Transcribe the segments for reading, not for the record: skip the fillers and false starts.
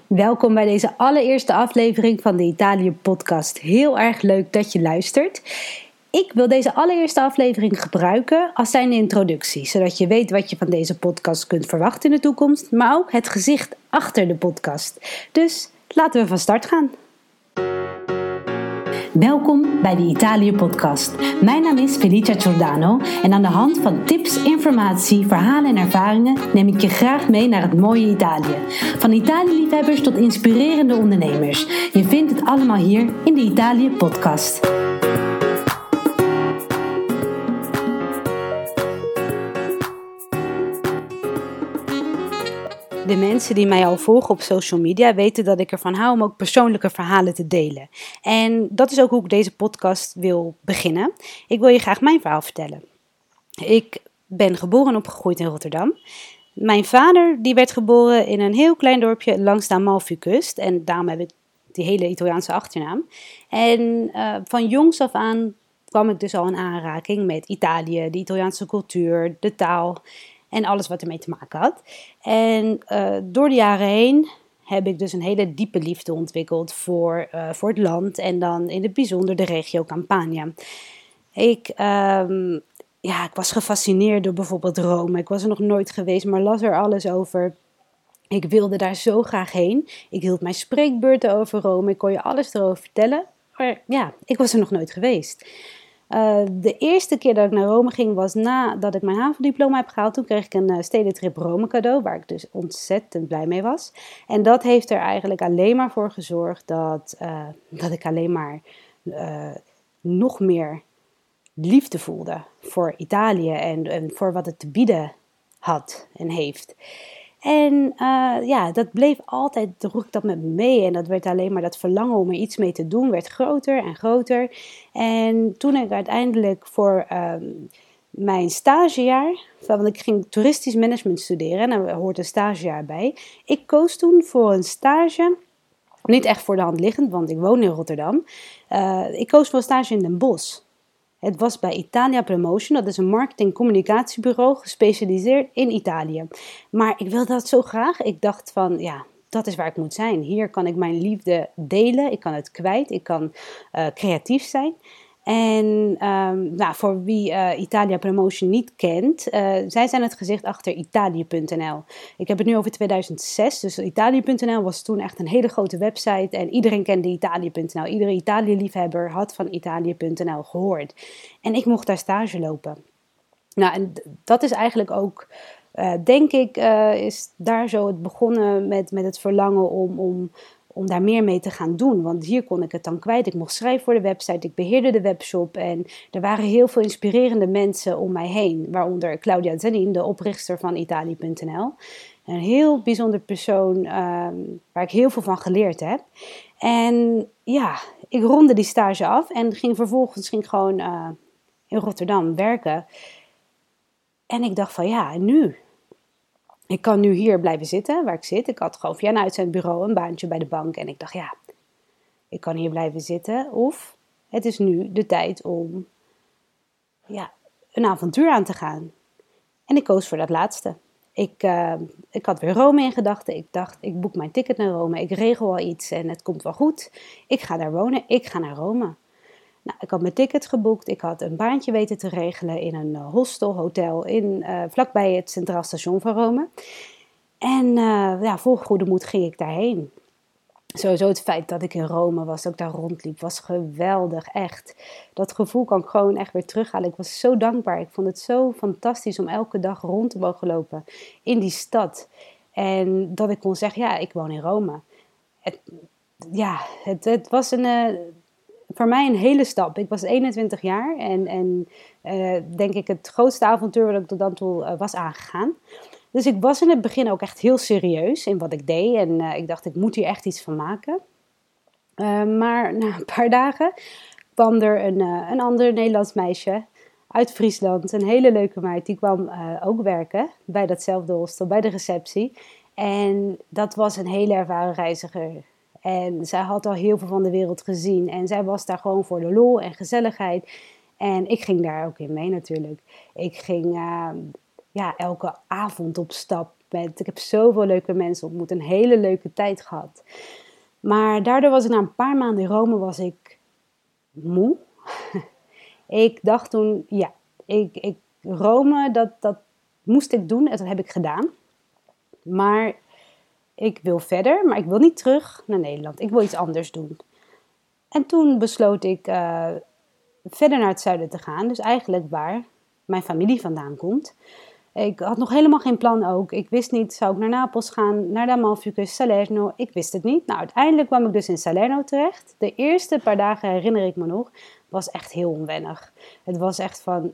Welkom bij deze allereerste aflevering van de Italië podcast. Heel erg leuk dat je luistert. Ik wil deze allereerste aflevering gebruiken als zijn introductie, zodat je weet wat je van deze podcast kunt verwachten in de toekomst, maar ook het gezicht achter de podcast. Dus laten we van start gaan. Welkom bij de Italië podcast. Mijn naam is Felicia Giordano en aan de hand van tips, informatie, verhalen en ervaringen neem ik je graag mee naar het mooie Italië. Van Italië-liefhebbers tot inspirerende ondernemers. Je vindt het allemaal hier in de Italië podcast. De mensen die mij al volgen op social media weten dat ik ervan hou om ook persoonlijke verhalen te delen. En dat is ook hoe ik deze podcast wil beginnen. Ik wil je graag mijn verhaal vertellen. Ik ben geboren en opgegroeid in Rotterdam. Mijn vader die werd geboren in een heel klein dorpje langs de Amalfikust. En daarom heb ik die hele Italiaanse achternaam. En van jongs af aan kwam ik dus al in aanraking met Italië, de Italiaanse cultuur, de taal en alles wat ermee te maken had. En door de jaren heen heb ik dus een hele diepe liefde ontwikkeld voor het land en dan in het bijzonder de regio Campania. Ik was gefascineerd door bijvoorbeeld Rome. Ik was er nog nooit geweest, maar las er alles over. Ik wilde daar zo graag heen. Ik hield mijn spreekbeurten over Rome. Ik kon je alles erover vertellen. Maar ja, ik was er nog nooit geweest. De eerste keer dat ik naar Rome ging was nadat ik mijn HAVO-diploma heb gehaald. Toen kreeg ik een stedentrip Rome cadeau, waar ik dus ontzettend blij mee was. En dat heeft er eigenlijk alleen maar voor gezorgd dat ik alleen maar nog meer liefde voelde voor Italië en voor wat het te bieden had en heeft. En dat bleef altijd, droeg ik dat met me mee. En dat werd alleen maar dat verlangen om er iets mee te doen, werd groter en groter. En toen ik uiteindelijk voor mijn stagejaar, want ik ging toeristisch management studeren en daar hoort een stagejaar bij. Ik koos toen voor een stage, niet echt voor de hand liggend, want ik woon in Rotterdam. Ik koos voor een stage in Den Bosch. Het was bij Italia Promotion, dat is een marketing-communicatiebureau gespecialiseerd in Italië. Maar ik wilde dat zo graag. Ik dacht van, ja, dat is waar ik moet zijn. Hier kan ik mijn liefde delen, ik kan het kwijt, ik kan creatief zijn. En voor wie Italia Promotion niet kent, zij zijn het gezicht achter Italië.nl. Ik heb het nu over 2006, dus Italië.nl was toen echt een hele grote website en iedereen kende Italië.nl. Iedere Italië-liefhebber had van Italië.nl gehoord. En ik mocht daar stage lopen. Nou, en dat is eigenlijk ook, denk ik, is daar zo het begonnen met het verlangen om daar meer mee te gaan doen. Want hier kon ik het dan kwijt. Ik mocht schrijven voor de website, ik beheerde de webshop en er waren heel veel inspirerende mensen om mij heen. Waaronder Claudia Zanin, de oprichter van Italië.nl. Een heel bijzonder persoon waar ik heel veel van geleerd heb. En ja, ik ronde die stage af en ging vervolgens gewoon in Rotterdam werken. En ik dacht van ja, nu? Ik kan nu hier blijven zitten waar ik zit. Ik had gewoon via een uitzendbureau een baantje bij de bank. En ik dacht ja, ik kan hier blijven zitten. Of het is nu de tijd om een avontuur aan te gaan. En ik koos voor dat laatste. Ik had weer Rome in gedachten. Ik dacht, ik boek mijn ticket naar Rome. Ik regel al iets en het komt wel goed. Ik ga daar wonen. Ik ga naar Rome. Nou, ik had mijn ticket geboekt. Ik had een baantje weten te regelen in een hotel vlakbij het Centraal Station van Rome. En vol goede moed ging ik daarheen. Sowieso het feit dat ik in Rome was, dat ik daar rondliep, was geweldig, echt. Dat gevoel kan ik gewoon echt weer terughalen. Ik was zo dankbaar. Ik vond het zo fantastisch om elke dag rond te mogen lopen in die stad. En dat ik kon zeggen, ja, ik woon in Rome. Het was voor mij een hele stap. Ik was 21 jaar en denk ik het grootste avontuur wat ik tot dan toe was aangegaan. Dus ik was in het begin ook echt heel serieus in wat ik deed. En ik dacht, ik moet hier echt iets van maken. Maar na een paar dagen kwam er een ander Nederlands meisje uit Friesland. Een hele leuke meid. Die kwam ook werken bij datzelfde hostel, bij de receptie. En dat was een hele ervaren reiziger. En zij had al heel veel van de wereld gezien. En zij was daar gewoon voor de lol en gezelligheid. En ik ging daar ook in mee natuurlijk. Ik ging elke avond op stap. bent. Ik heb zoveel leuke mensen ontmoet, een hele leuke tijd gehad. Maar daardoor was ik na een paar maanden in Rome was ik moe. Ik dacht toen, ja, Rome, dat moest ik doen en dat heb ik gedaan. Maar ik wil verder, maar ik wil niet terug naar Nederland. Ik wil iets anders doen. En toen besloot ik verder naar het zuiden te gaan. Dus eigenlijk waar mijn familie vandaan komt. Ik had nog helemaal geen plan ook. Ik wist niet, zou ik naar Napels gaan, naar de Amalficus, Salerno? Ik wist het niet. Nou, uiteindelijk kwam ik dus in Salerno terecht. De eerste paar dagen, herinner ik me nog, was echt heel onwennig. Het was echt van,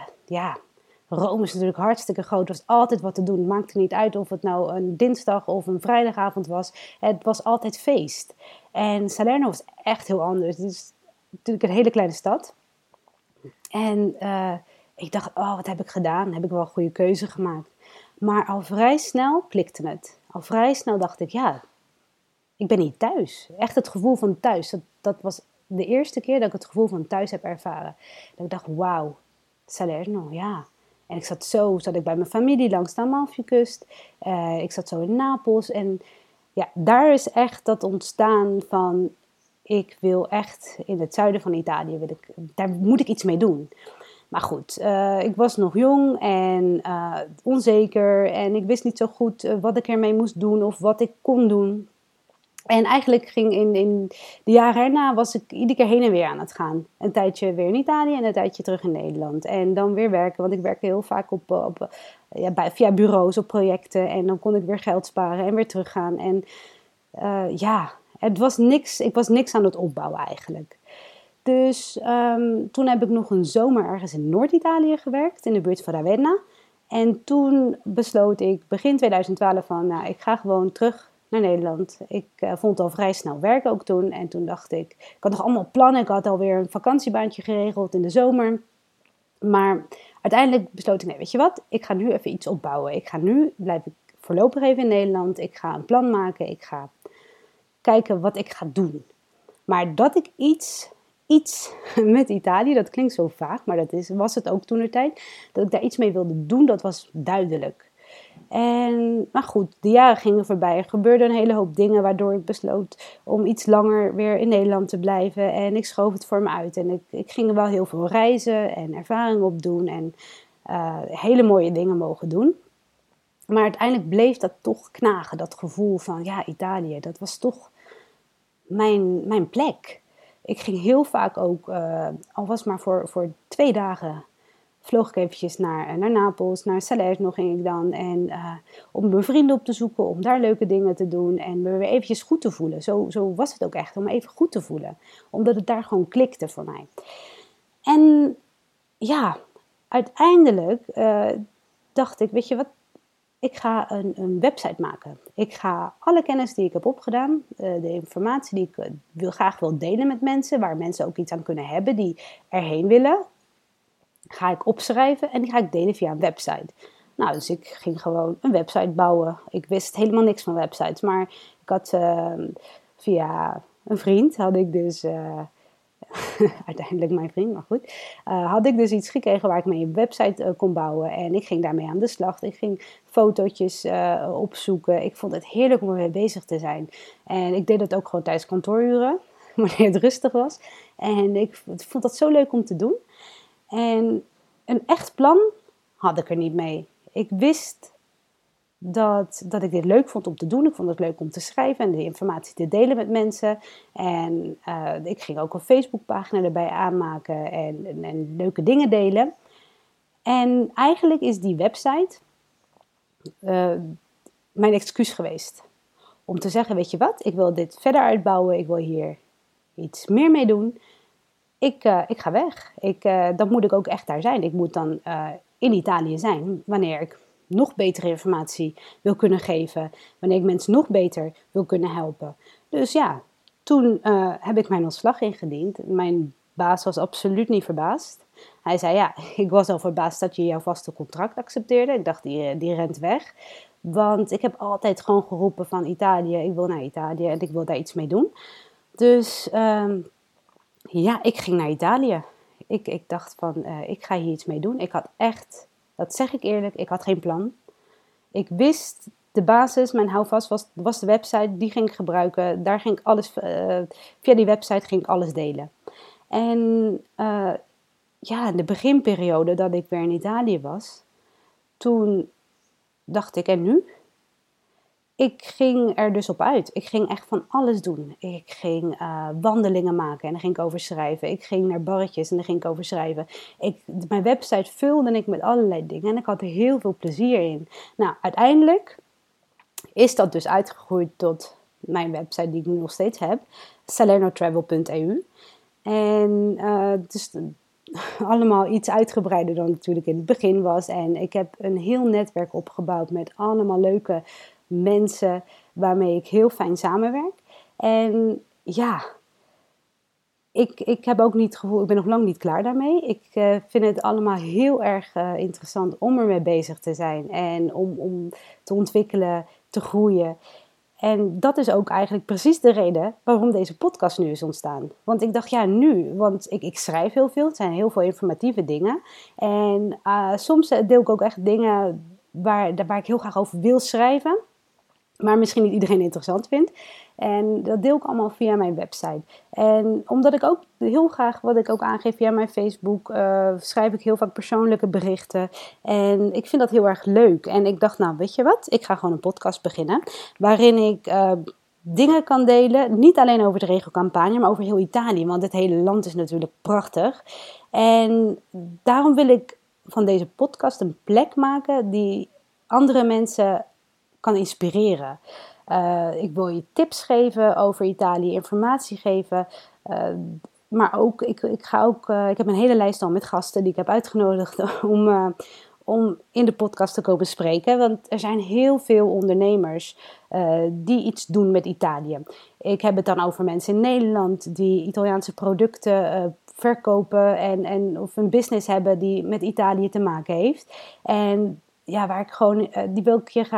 Rome is natuurlijk hartstikke groot. Er was altijd wat te doen. Het maakte niet uit of het nou een dinsdag of een vrijdagavond was. Het was altijd feest. En Salerno was echt heel anders. Het is natuurlijk een hele kleine stad. En ik dacht, wat heb ik gedaan? Heb ik wel een goede keuze gemaakt? Maar al vrij snel klikte het. Al vrij snel dacht ik, ja, ik ben niet thuis. Echt het gevoel van thuis. Dat was de eerste keer dat ik het gevoel van thuis heb ervaren. Dat ik dacht, wauw, Salerno, ja. En zat ik bij mijn familie langs de Amalfi-kust. Ik zat zo in Napels. En ja, daar is echt dat ontstaan van, ik wil echt in het zuiden van Italië, daar moet ik iets mee doen. Maar goed, ik was nog jong en onzeker en ik wist niet zo goed wat ik ermee moest doen of wat ik kon doen. En eigenlijk ging in de jaren erna was ik iedere keer heen en weer aan het gaan. Een tijdje weer in Italië en een tijdje terug in Nederland. En dan weer werken, want ik werkte heel vaak via bureaus op projecten. En dan kon ik weer geld sparen en weer teruggaan. En het was niks, ik was niks aan het opbouwen eigenlijk. Dus toen heb ik nog een zomer ergens in Noord-Italië gewerkt, in de buurt van Ravenna. En toen besloot ik begin 2012 van, nou, ik ga gewoon terug naar Nederland. Ik vond al vrij snel werk ook toen. En toen dacht ik had nog allemaal plannen. Ik had alweer een vakantiebaantje geregeld in de zomer. Maar uiteindelijk besloot ik, nee, weet je wat? Ik ga nu even iets opbouwen. Blijf ik voorlopig even in Nederland. Ik ga een plan maken. Ik ga kijken wat ik ga doen. Maar dat ik iets met Italië, dat klinkt zo vaag, maar was het ook toentertijd, dat ik daar iets mee wilde doen, dat was duidelijk. Maar goed, de jaren gingen voorbij. Er gebeurden een hele hoop dingen waardoor ik besloot om iets langer weer in Nederland te blijven. En ik schoof het voor me uit. En ik ging wel heel veel reizen en ervaring opdoen en hele mooie dingen mogen doen. Maar uiteindelijk bleef dat toch knagen, dat gevoel van, ja, Italië, dat was toch mijn plek. Ik ging heel vaak ook, al was maar voor 2 dagen, vloog ik eventjes naar Napels, naar Salerno ging ik dan. En om mijn vrienden op te zoeken, om daar leuke dingen te doen en me weer eventjes goed te voelen. Zo was het ook echt, om me even goed te voelen. Omdat het daar gewoon klikte voor mij. En ja, uiteindelijk dacht ik, weet je wat, ik ga een website maken. Ik ga alle kennis die ik heb opgedaan, de informatie die ik graag wil delen met mensen, waar mensen ook iets aan kunnen hebben, die erheen willen, ga ik opschrijven en die ga ik delen via een website. Nou, dus ik ging gewoon een website bouwen. Ik wist helemaal niks van websites, maar ik had via een vriend, had ik dus, uiteindelijk mijn vriend, maar goed, had ik dus iets gekregen waar ik mee een website kon bouwen. En ik ging daarmee aan de slag. Ik ging fotootjes opzoeken. Ik vond het heerlijk om ermee bezig te zijn. En ik deed dat ook gewoon tijdens kantooruren, wanneer het rustig was. En ik vond dat zo leuk om te doen. En een echt plan had ik er niet mee. Ik wist dat ik dit leuk vond om te doen. Ik vond het leuk om te schrijven en die informatie te delen met mensen. En ik ging ook een Facebookpagina erbij aanmaken en leuke dingen delen. En eigenlijk is die website mijn excuus geweest. Om te zeggen, weet je wat, ik wil dit verder uitbouwen. Ik wil hier iets meer mee doen. Ik ga weg. Dan moet ik ook echt daar zijn. Ik moet dan in Italië zijn wanneer ik nog betere informatie wil kunnen geven. Wanneer ik mensen nog beter wil kunnen helpen. Dus ja, toen heb ik mijn ontslag ingediend. Mijn baas was absoluut niet verbaasd. Hij zei, ja, ik was al verbaasd dat je jouw vaste contract accepteerde. Ik dacht, die rent weg. Want ik heb altijd gewoon geroepen van Italië. Ik wil naar Italië en ik wil daar iets mee doen. Dus ja, ik ging naar Italië. Ik dacht van, ik ga hier iets mee doen. Ik had echt, dat zeg ik eerlijk, ik had geen plan. Ik wist de basis, mijn houvast was de website, die ging ik gebruiken. Daar ging ik alles, via die website ging ik alles delen. En in de beginperiode dat ik weer in Italië was, toen dacht ik, en nu? Ik ging er dus op uit. Ik ging echt van alles doen. Ik ging wandelingen maken en daar ging ik over schrijven. Ik ging naar barretjes en daar ging ik over schrijven. Mijn website vulde ik met allerlei dingen en ik had er heel veel plezier in. Nou, uiteindelijk is dat dus uitgegroeid tot mijn website die ik nu nog steeds heb. salernotravel.eu. En dus allemaal iets uitgebreider dan natuurlijk in het begin was. En ik heb een heel netwerk opgebouwd met allemaal leuke mensen waarmee ik heel fijn samenwerk. En ja, ik heb ook niet het gevoel, ik ben nog lang niet klaar daarmee. Ik vind het allemaal heel erg interessant om ermee bezig te zijn en om te ontwikkelen, te groeien. En dat is ook eigenlijk precies de reden waarom deze podcast nu is ontstaan. Want ik dacht, want ik schrijf heel veel. Het zijn heel veel informatieve dingen. En soms deel ik ook echt dingen waar ik heel graag over wil schrijven. Maar misschien niet iedereen interessant vindt. En dat deel ik allemaal via mijn website. En omdat ik ook heel graag, wat ik ook aangeef via mijn Facebook, schrijf ik heel vaak persoonlijke berichten. En ik vind dat heel erg leuk. En ik dacht, nou weet je wat, ik ga gewoon een podcast beginnen. Waarin ik dingen kan delen. Niet alleen over de regio Campania, maar over heel Italië. Want het hele land is natuurlijk prachtig. En daarom wil ik van deze podcast een plek maken die andere mensen kan inspireren. Ik wil je tips geven over Italië, informatie geven. Maar ook, ik heb een hele lijst al met gasten die ik heb uitgenodigd om in de podcast te komen spreken. Want er zijn heel veel ondernemers die iets doen met Italië. Ik heb het dan over mensen in Nederland die Italiaanse producten verkopen en of een business hebben die met Italië te maken heeft. En ja, waar ik gewoon, daar wil ik je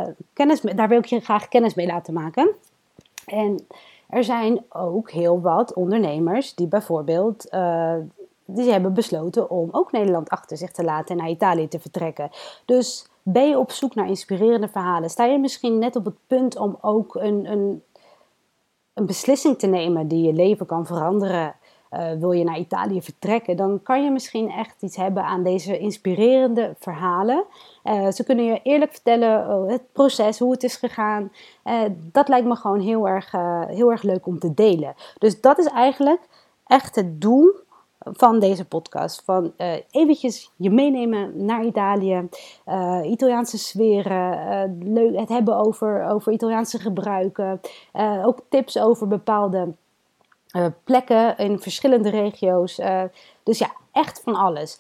graag kennis mee laten maken. En er zijn ook heel wat ondernemers die bijvoorbeeld, die hebben besloten om ook Nederland achter zich te laten en naar Italië te vertrekken. Dus ben je op zoek naar inspirerende verhalen? Sta je misschien net op het punt om ook een beslissing te nemen die je leven kan veranderen? Wil je naar Italië vertrekken, dan kan je misschien echt iets hebben aan deze inspirerende verhalen. Ze kunnen je eerlijk vertellen het proces, hoe het is gegaan. Dat lijkt me gewoon heel erg leuk om te delen. Dus dat is eigenlijk echt het doel van deze podcast. Van eventjes je meenemen naar Italië, Italiaanse sferen, leuk het hebben over Italiaanse gebruiken. Ook tips over bepaalde plekken in verschillende regio's. Dus ja, echt van alles.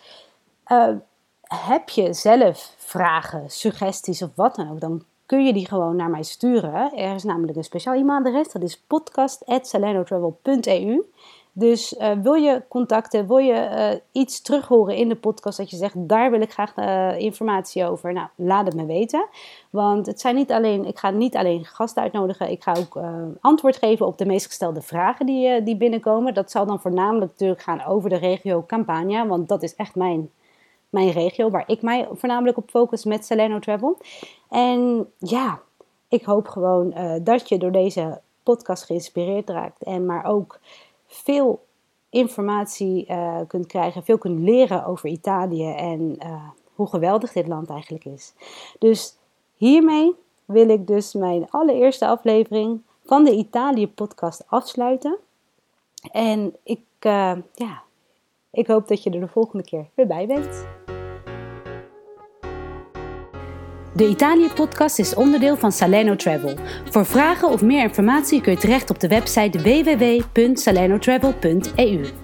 Heb je zelf vragen, suggesties of wat dan ook, dan kun je die gewoon naar mij sturen. Er is namelijk een speciaal e-mailadres, dat is podcast@salernotravel.eu. Dus wil je contacten, wil je iets terug horen in de podcast dat je zegt, daar wil ik graag informatie over. Nou, laat het me weten. Want ik ga niet alleen gasten uitnodigen, ik ga ook antwoord geven op de meest gestelde vragen die binnenkomen. Dat zal dan voornamelijk natuurlijk gaan over de regio Campania, want dat is echt mijn regio waar ik mij voornamelijk op focus met Salerno Travel. En ja, ik hoop gewoon dat je door deze podcast geïnspireerd raakt en maar ook veel informatie kunt krijgen, veel kunt leren over Italië en hoe geweldig dit land eigenlijk is. Dus hiermee wil ik dus mijn allereerste aflevering van de Italië podcast afsluiten. En ik hoop dat je er de volgende keer weer bij bent. De Italië-podcast is onderdeel van Salerno Travel. Voor vragen of meer informatie kun je terecht op de website www.salernotravel.eu.